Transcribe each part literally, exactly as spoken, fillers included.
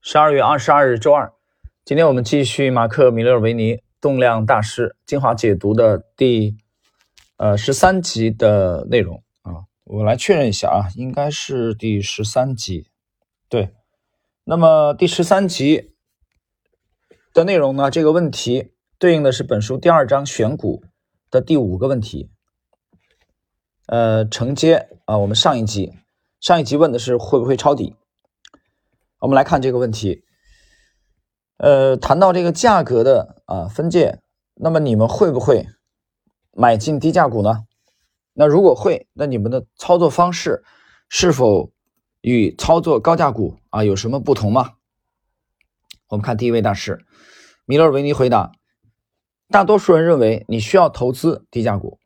十二月二十二日周二，今天我们继续马克·米勒维尼动量大师精华解读的第呃十三集的内容啊，我来确认一下啊，应该是第十三集。对，那么第十三集的内容呢，这个问题对应的是本书第二章选股的第五个问题。呃，承接啊，我们上一集上一集问的是会不会抄底。我们来看这个问题，呃，谈到这个价格的啊分界，那么你们会不会买进低价股呢？那如果会，那你们的操作方式是否与操作高价股啊有什么不同吗？我们看第一位大师米勒维尼回答，大多数人认为你需要投资低价股，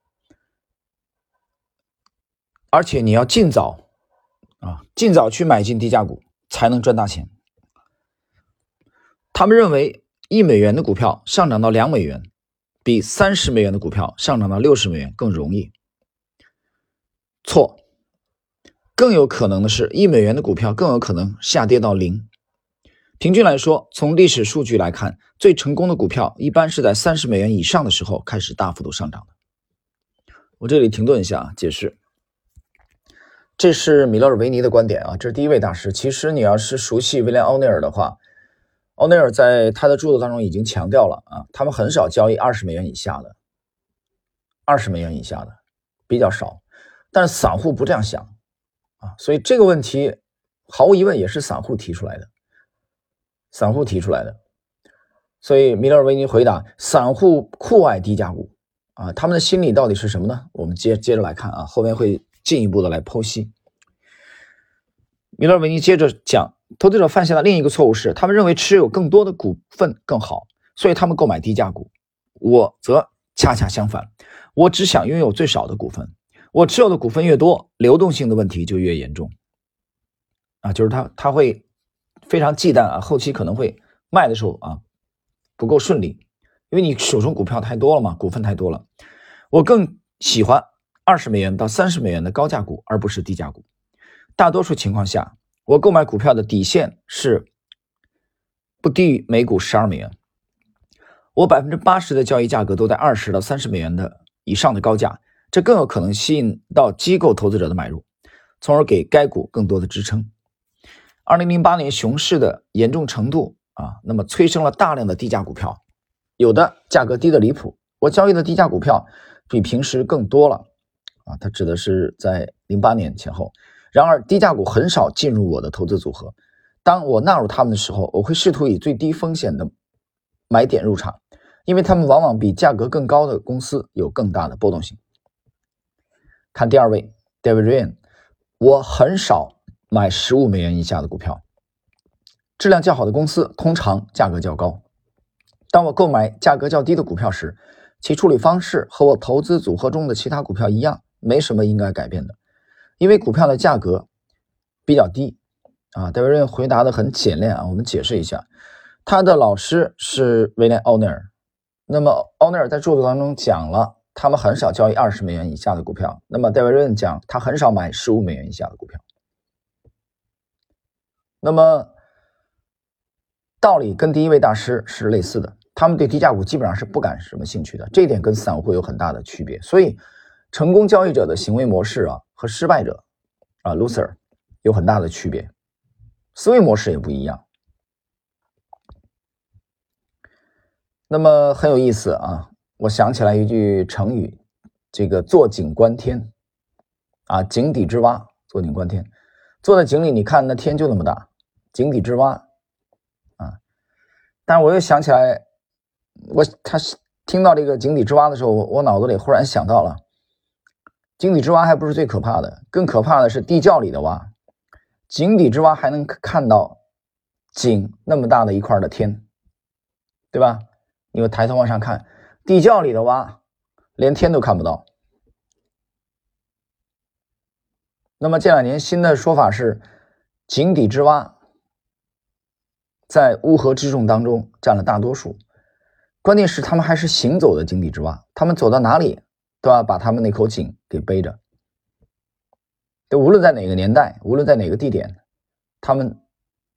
而且你要尽早啊尽早去买进低价股才能赚大钱。他们认为一美元的股票上涨到两美元，比三十美元的股票上涨到六十美元更容易。错，更有可能的是，一美元的股票更有可能下跌到零。平均来说，从历史数据来看，最成功的股票一般是在三十美元以上的时候开始大幅度上涨的。我这里停顿一下解释。这是米勒尔维尼的观点啊，这是第一位大师。其实你要是熟悉威廉·奥内尔的话，奥内尔在他的著作当中已经强调了啊，他们很少交易二十美元以下的，二十美元以下的比较少，但是散户不这样想啊，所以这个问题毫无疑问也是散户提出来的，散户提出来的。所以米勒尔维尼回答，散户酷爱低价股啊，他们的心理到底是什么呢？我们接接着来看啊，后面会进一步的来剖析。米勒尔维尼接着讲，投资者犯下的另一个错误是，他们认为持有更多的股份更好，所以他们购买低价股。我则恰恰相反，我只想拥有最少的股份，我持有的股份越多，流动性的问题就越严重啊，就是他他会非常忌惮啊，后期可能会卖的时候啊不够顺利，因为你手中股票太多了嘛，股份太多了。我更喜欢二十美元到三十美元的高价股，而不是低价股。大多数情况下，我购买股票的底线是不低于每股十二美元。我 百分之八十 的交易价格都在二十到三十美元的以上的高价，这更有可能吸引到机构投资者的买入，从而给该股更多的支撑。二零零八年熊市的严重程度啊，那么催生了大量的低价股票，有的价格低的离谱，我交易的低价股票比平时更多了啊，它指的是在零八年前后。然而低价股很少进入我的投资组合，当我纳入他们的时候，我会试图以最低风险的买点入场，因为他们往往比价格更高的公司有更大的波动性。看第二位 David Ryan， 我很少买十五美元以下的股票，质量较好的公司通常价格较高。当我购买价格较低的股票时，其处理方式和我投资组合中的其他股票一样，没什么应该改变的。因为股票的价格比较低啊，戴维瑞回答的很简练啊，我们解释一下，他的老师是威廉·奥内尔，那么奥内尔在著作当中讲了，他们很少交易二十美元以下的股票，那么戴维瑞讲他很少买十五美元以下的股票。那么道理跟第一位大师是类似的，他们对低价股基本上是不感什么兴趣的，这一点跟散户有很大的区别。所以成功交易者的行为模式啊和失败者啊 loser 有很大的区别，思维模式也不一样。那么很有意思啊，我想起来一句成语，这个坐井观天啊，井底之蛙，坐井观天，坐在井里你看那天就那么大，井底之蛙啊。但是我又想起来，我他听到这个井底之蛙的时候，我我脑子里忽然想到了，井底之蛙还不是最可怕的，更可怕的是地窖里的蛙。井底之蛙还能看到井那么大的一块的天，对吧？你又抬头往上看，地窖里的蛙连天都看不到。那么这两年新的说法是，井底之蛙在乌合之众当中占了大多数，关键是他们还是行走的井底之蛙，他们走到哪里都要把他们那口井给背着。无论在哪个年代，无论在哪个地点，他们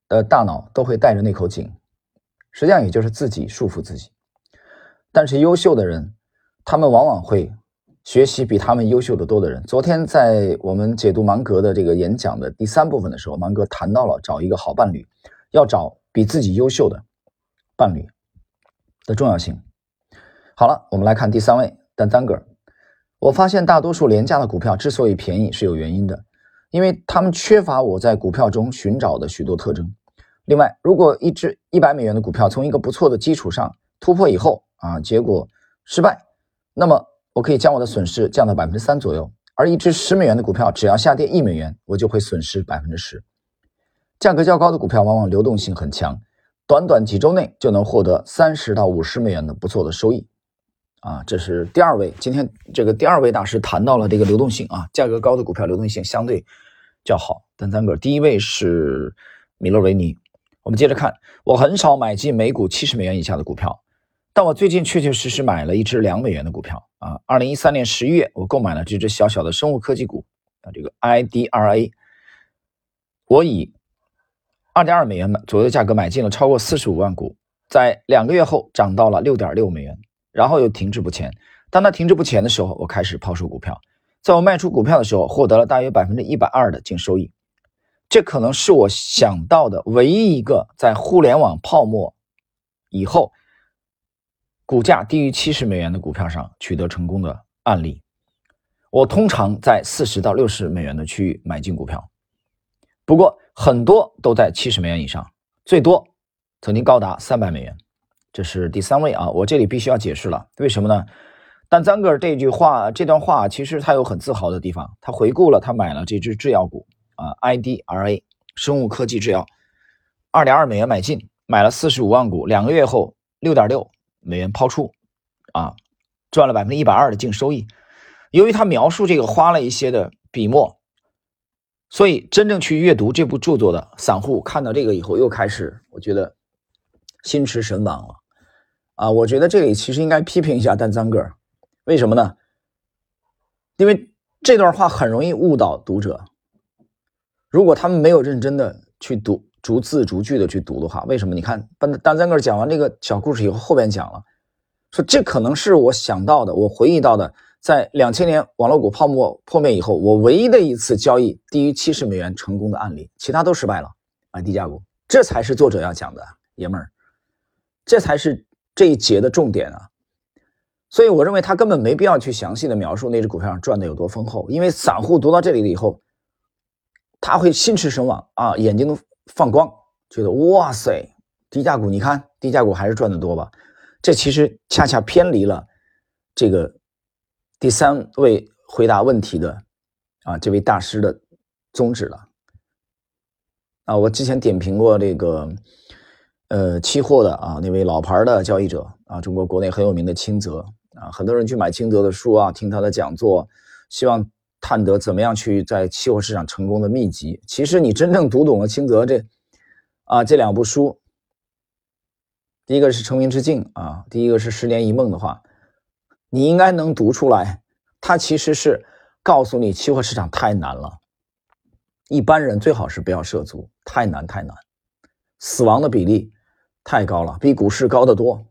的大脑都会带着那口井，实际上也就是自己束缚自己。但是优秀的人，他们往往会学习比他们优秀的多的人。昨天在我们解读芒格的这个演讲的第三部分的时候，芒格谈到了找一个好伴侣，要找比自己优秀的伴侣的重要性。好了，我们来看第三位Dan Zanger。我发现大多数廉价的股票之所以便宜是有原因的，因为他们缺乏我在股票中寻找的许多特征。另外，如果一只一百美元的股票从一个不错的基础上突破以后啊，结果失败，那么我可以将我的损失降到 百分之三 左右，而一只十美元的股票只要下跌一美元，我就会损失 百分之十。 价格较高的股票往往流动性很强，短短几周内就能获得三十到五十美元的不错的收益啊。这是第二位，今天这个第二位大师谈到了这个流动性啊，价格高的股票流动性相对较好。Dan Zanger。第一位是米勒维尼。我们接着看，我很少买进每股七十美元以下的股票，但我最近确确实实买了一只两美元的股票啊。二零一三年十一月，我购买了这只小小的生物科技股啊，这个 I D R A。我以二点二美元左右的价格买进了超过四十五万股，在两个月后涨到了六点六美元，然后又停滞不前。当它停滞不前的时候，我开始抛售股票，在我卖出股票的时候，获得了大约 百分之一百二十 的净收益。这可能是我想到的唯一一个在互联网泡沫以后股价低于七十美元的股票上取得成功的案例。我通常在四十到六十美元的区域买进股票，不过很多都在七十美元以上，最多曾经高达三百美元。这是第三位啊，我这里必须要解释了，为什么呢？但赞格尔这句话这段话其实他有很自豪的地方，他回顾了他买了这只制药股啊 I D R A 生物科技制药 二点二美元买进，买了四十五万股，两个月后 六点六美元抛出啊，赚了 百分之一百二十 的净收益。由于他描述这个花了一些的笔墨，所以真正去阅读这部著作的散户看到这个以后又开始我觉得心驰神往了啊！我觉得这里其实应该批评一下Dan Zanger，为什么呢？因为这段话很容易误导读者，如果他们没有认真的去读，逐字逐句的去读的话，为什么？你看Dan Zanger讲完这个小故事以后，后边讲了说这可能是我想到的，我回忆到的，在两千年网络股泡沫破灭以后，我唯一的一次交易低于七十美元成功的案例，其他都失败了啊，低价股。这才是作者要讲的，爷们儿，这才是这一节的重点啊。所以我认为他根本没必要去详细的描述那只股票上赚的有多丰厚，因为散户读到这里了以后，他会心驰神往啊，眼睛都放光，觉得哇塞，低价股，你看低价股还是赚得多吧？这其实恰恰偏离了这个第三位回答问题的啊这位大师的宗旨了啊。我之前点评过这个呃期货的啊那位老牌的交易者啊，中国国内很有名的清泽啊，很多人去买清泽的书啊，听他的讲座，希望探得怎么样去在期货市场成功的秘籍。其实你真正读懂了清泽这啊这两部书，第一个是成名之境啊，第一个是十年一梦的话，你应该能读出来，它其实是告诉你期货市场太难了，一般人最好是不要涉足，太难太难，死亡的比例太高了，比股市高得多，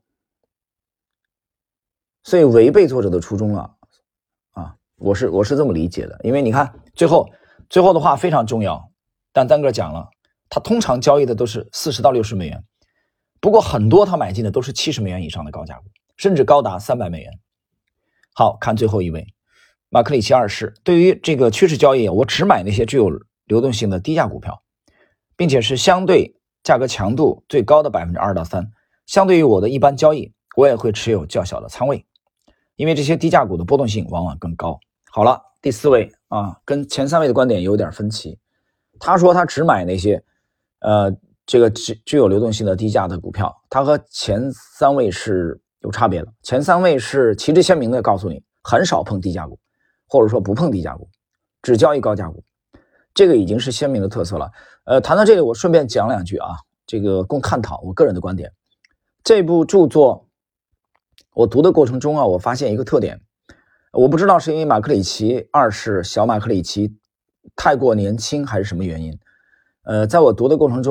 所以违背作者的初衷了啊，我是我是这么理解的。因为你看最后最后的话非常重要，但丹哥讲了，他通常交易的都是四十到六十美元，不过很多他买进的都是七十美元以上的高价股，甚至高达三百美元。好，看最后一位马克里奇二世。对于这个趋势交易，我只买那些具有流动性的低价股票，并且是相对价格强度最高的 百分之二到三。 相对于我的一般交易，我也会持有较小的仓位，因为这些低价股的波动性往往更高。好了，第四位啊，跟前三位的观点有点分歧。他说他只买那些呃这个具具有流动性的低价的股票，他和前三位是有差别的。前三位是旗帜鲜明的告诉你很少碰低价股，或者说不碰低价股，只交易高价股，这个已经是鲜明的特色了。呃，谈到这里我顺便讲两句啊，这个供探讨我个人的观点。这部著作我读的过程中啊，我发现一个特点，我不知道是因为马克里奇二世小马克里奇太过年轻还是什么原因。呃，在我读的过程中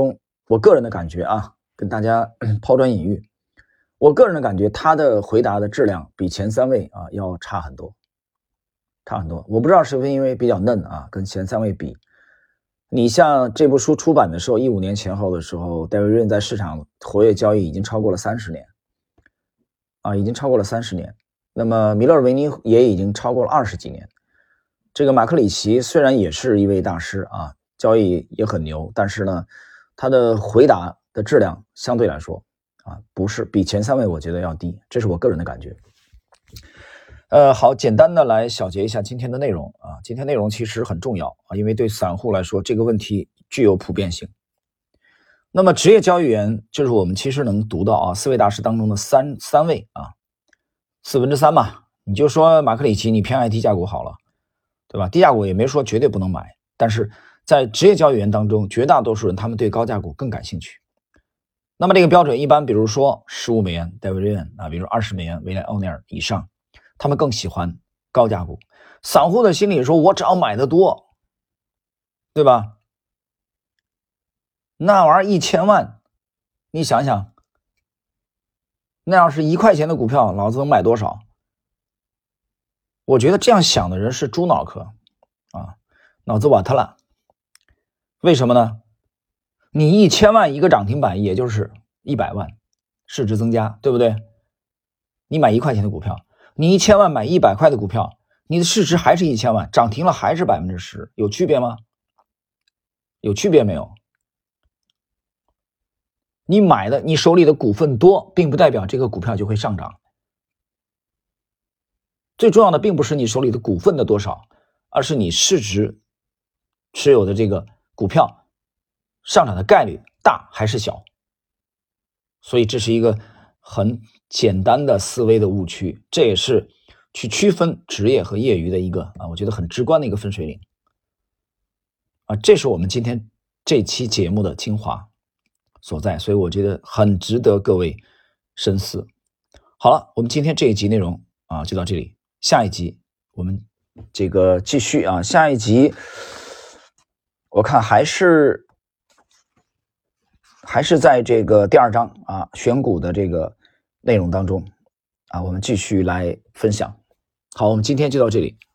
我个人的感觉啊，跟大家抛砖引玉。我个人的感觉，他的回答的质量比前三位啊要差很多，差很多。我不知道是不是因为比较嫩啊，跟前三位比。你像这部书出版的时候，一五年前后的时候，戴维·瑞恩在市场活跃交易已经超过了三十年，啊，已经超过了三十年。那么米勒尔维尼也已经超过了二十几年。这个马克里奇虽然也是一位大师啊，交易也很牛，但是呢，他的回答的质量相对来说啊，不是比前三位我觉得要低，这是我个人的感觉。呃，好，简单的来小结一下今天的内容啊。今天内容其实很重要啊，因为对散户来说这个问题具有普遍性。那么职业交易员就是我们其实能读到啊，四位大师当中的三三位啊，四分之三嘛。你就说马克里奇，你偏爱低价股好了，对吧？低价股也没说绝对不能买，但是在职业交易员当中，绝大多数人他们对高价股更感兴趣。那么这个标准一般，比如说十五美元戴维·瑞恩啊，比如二十美元维莱·奥尼尔以上，他们更喜欢高价股。散户的心里说，我只要买的多，对吧？那玩意儿一千万，你想想，那要是一块钱的股票，老子能买多少？我觉得这样想的人是猪脑壳啊，脑子瓦特了。为什么呢？你一千万一个涨停板，也就是一百万市值增加，对不对？你买一块钱的股票，你一千万买一百块的股票，你的市值还是一千万，涨停了还是百分之十，有区别吗？有区别没有？你买的，你手里的股份多，并不代表这个股票就会上涨。最重要的并不是你手里的股份的多少，而是你市值持有的这个股票上涨的概率大还是小。所以这是一个很简单的思维的误区，这也是去区分职业和业余的一个啊，我觉得很直观的一个分水岭啊，这是我们今天这期节目的精华所在，所以我觉得很值得各位深思。好了，我们今天这一集内容啊就到这里，下一集我们这个继续啊，下一集我看还是还是在这个第二章啊选股的这个内容当中啊，我们继续来分享。好，我们今天就到这里。